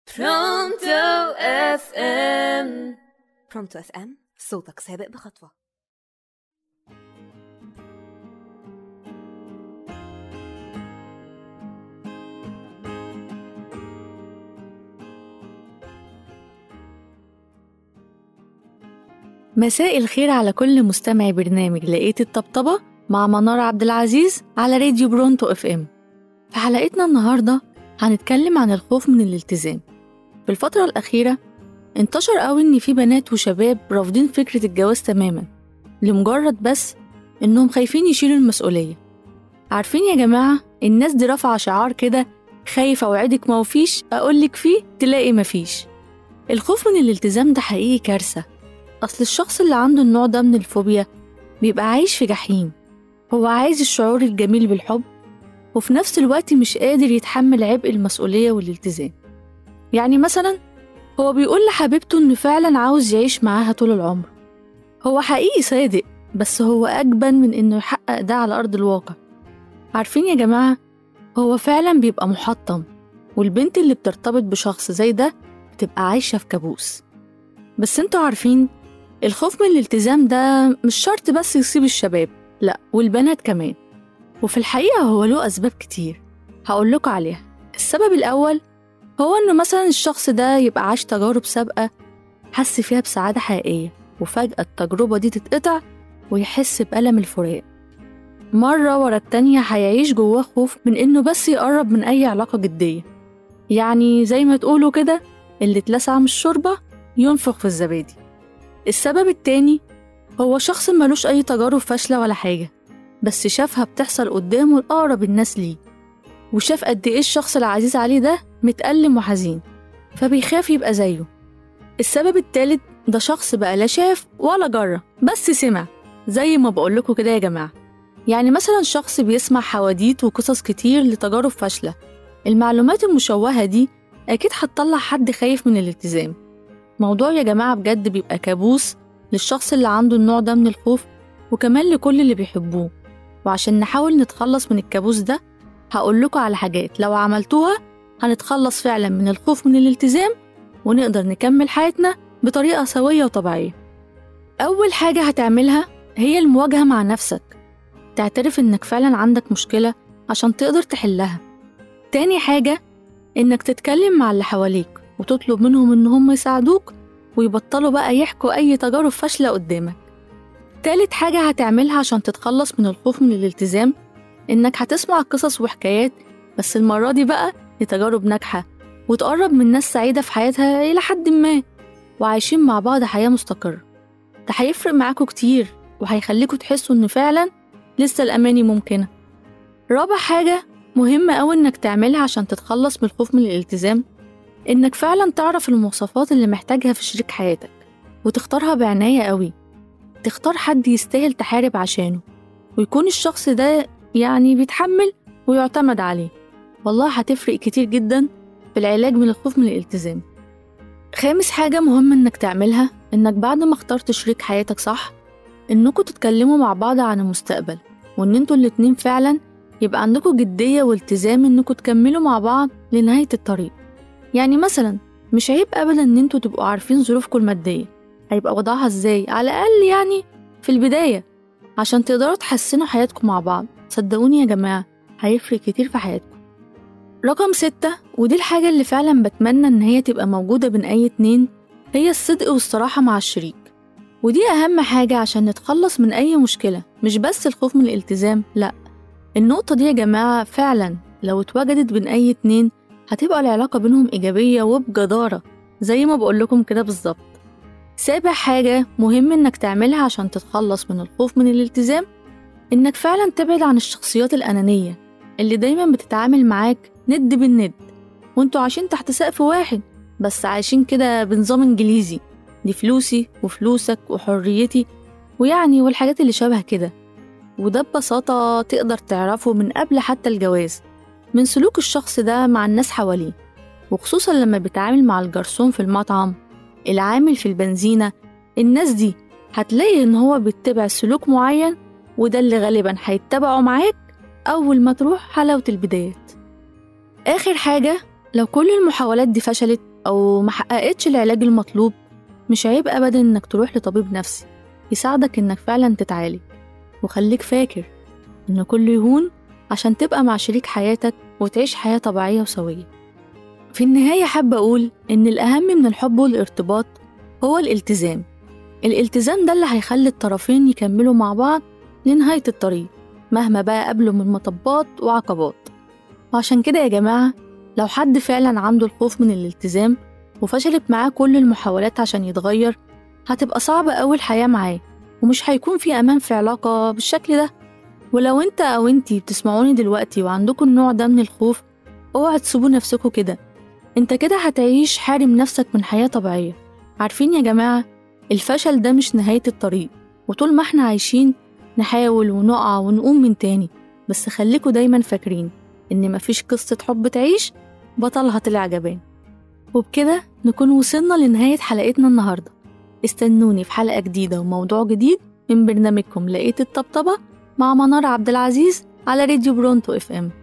برونتو اف ام. برونتو اف ام، صوتك سابق بخطوة. مساء الخير على كل مستمع برنامج لقيت الطبطبة مع منار عبد العزيز على راديو برونتو اف ام. في حلقتنا النهاردة هنتكلم عن الخوف من الالتزام. في الفترة الأخيرة انتشر قوي إن في بنات وشباب رافضين فكرة الجواز تماما لمجرد بس إنهم خايفين يشيلوا المسؤولية. عارفين يا جماعة، الناس دي رافعة شعار كده: خايف أوعدك موفيش، أقولك فيه تلاقي مفيش. الخوف من الالتزام ده حقيقي كارثة. أصل الشخص اللي عنده النوع ده من الفوبيا بيبقى عايش في جحيم. هو عايز الشعور الجميل بالحب وفي نفس الوقت مش قادر يتحمل عبء المسؤولية والالتزام. يعني مثلا هو بيقول لحبيبته إنه فعلا عاوز يعيش معاها طول العمر. هو حقيقي صادق، بس هو أجبن من إنه يحقق ده على أرض الواقع. عارفين يا جماعة، هو فعلا بيبقى محطم، والبنت اللي بترتبط بشخص زي ده بتبقى عايشة في كابوس. بس انتوا عارفين، الخوف من الالتزام ده مش شرط بس يصيب الشباب، لأ والبنات كمان. وفي الحقيقة هو له أسباب كتير هقولكوا عليها. السبب الأول هو إنه مثلا الشخص ده يبقى عاش تجارب سابقة حس فيها بسعادة حقيقية، وفجأة التجربة دي تتقطع ويحس بألم الفراق. مرة ورا التانية هيعيش جواه خوف من إنه بس يقرب من أي علاقة جدية. يعني زي ما تقولوا كده، اللي اتلسع من الشوربة ينفخ في الزبادي. السبب التاني هو شخص ملوش أي تجارب فاشلة ولا حاجة، بس شافها بتحصل قدامه لأقرب الناس ليه، وشاف قد إيه الشخص العزيز عليه ده متألم وحزين، فبيخاف يبقى زيه. السبب التالت ده شخص بقى لا شاف ولا جرى، بس سمع، زي ما بقولكوا كده يا جماعة. يعني مثلا شخص بيسمع حواديت وقصص كتير لتجارب فاشلة. المعلومات المشوهة دي أكيد هتطلع حد خايف من الالتزام. موضوع يا جماعة بجد بيبقى كابوس للشخص اللي عنده النوع ده من الخوف، وكمان لكل اللي بيحبوه. وعشان نحاول نتخلص من الكابوس ده هقولكوا على حاجات لو عملتوها هنتخلص فعلا من الخوف من الالتزام، ونقدر نكمل حياتنا بطريقة سوية وطبيعية. أول حاجة هتعملها هي المواجهة مع نفسك، تعترف إنك فعلا عندك مشكلة عشان تقدر تحلها. تاني حاجة إنك تتكلم مع اللي حواليك وتطلب منهم إن هم يساعدوك ويبطلوا بقى يحكوا أي تجارب فاشلة قدامك. تالت حاجة هتعملها عشان تتخلص من الخوف من الالتزام إنك هتسمع قصص وحكايات، بس المرة دي بقى لتجارب ناجحة، وتقرب من ناس سعيدة في حياتها إلى حد ما وعايشين مع بعض حياة مستقرة. ده هيفرق معاكوا كتير وهيخليكوا تحسوا إن فعلا لسه الأماني ممكنة. رابع حاجة مهمة أوي إنك تعملها عشان تتخلص من الخوف من الالتزام، إنك فعلا تعرف المواصفات اللي محتاجها في شريك حياتك وتختارها بعناية قوي. تختار حد يستاهل تحارب عشانه، ويكون الشخص ده يعني بيتحمل ويعتمد عليه. والله هتفرق كتير جدا في العلاج من الخوف من الالتزام. خامس حاجة مهم إنك تعملها إنك بعد ما اخترت شريك حياتك صح، إنكوا تتكلموا مع بعض عن المستقبل، وإن انتوا الاتنين فعلا يبقى عندكوا جدية والتزام إنكوا تكملوا مع بعض لنهاية الطريق. يعني مثلا مش عيب أبدا إن انتوا تبقوا عارفين ظروفكم المادية هيبقى وضعها إزاي، على الأقل يعني في البداية، عشان تقدروا تحسنوا حياتكم مع بعض. صدقوني يا جماعة هيفرق كتير في حياتكم. رقم 6، ودي الحاجة اللي فعلا بتمنى إن هي تبقى موجودة بين أي اتنين، هي الصدق والصراحة مع الشريك. ودي أهم حاجة عشان نتخلص من أي مشكلة، مش بس الخوف من الالتزام، لأ، النقطة دي يا جماعة فعلا لو اتوجدت بين أي اتنين هتبقى العلاقة بينهم إيجابية وبجدارة، زي ما بقولكم كده بالظبط. سابع حاجة مهم إنك تعملها عشان تتخلص من الخوف من الالتزام، إنك فعلا تبعد عن الشخصيات الأنانية اللي دايما بتتعامل معاك ند بالند، وانتوا عايشين تحت سقف واحد بس عايشين كده بنظام إنجليزي: دي فلوسي وفلوسك وحريتي، ويعني والحاجات اللي شبه كده. وده ببساطة تقدر تعرفه من قبل حتى الجواز من سلوك الشخص ده مع الناس حواليه، وخصوصا لما بيتعامل مع الجرسون في المطعم، العامل في البنزينة. الناس دي هتلاقي إن هو بيتبع سلوك معين، وده اللي غالبا هيتبعه معاك أول ما تروح حلاوة البدايات. آخر حاجة لو كل المحاولات دي فشلت أو محققتش العلاج المطلوب، مش عيب أبدا إنك تروح لطبيب نفسي يساعدك إنك فعلا تتعالج. وخليك فاكر إن كله يهون عشان تبقى مع شريك حياتك وتعيش حياة طبيعية وسوية. في النهاية حابة أقول إن الأهم من الحب والارتباط هو الالتزام. الالتزام ده اللي هيخلي الطرفين يكملوا مع بعض لنهاية الطريق مهما بقى قابلوا من مطبات وعقبات. وعشان كده يا جماعة، لو حد فعلا عنده الخوف من الالتزام وفشلت معاه كل المحاولات عشان يتغير، هتبقى صعبة أوي الحياة معاه، ومش هيكون في أمان في علاقة بالشكل ده. ولو انت أو انتي بتسمعوني دلوقتي وعندكم النوع ده من الخوف، اوعى تسيبوا نفسكوا كده. انت كده هتعيش حارم نفسك من حياة طبيعية. عارفين يا جماعة، الفشل ده مش نهاية الطريق، وطول ما احنا عايشين نحاول ونقع ونقوم من تاني. بس خليكوا دايما فاكرين إن مفيش قصة حب تعيش بطلها طلع جبان. وبكده نكون وصلنا لنهاية حلقتنا النهاردة. استنوني في حلقة جديدة وموضوع جديد من برنامجكم لقيت الطبطبة مع منار عبد العزيز على راديو برونتو FM.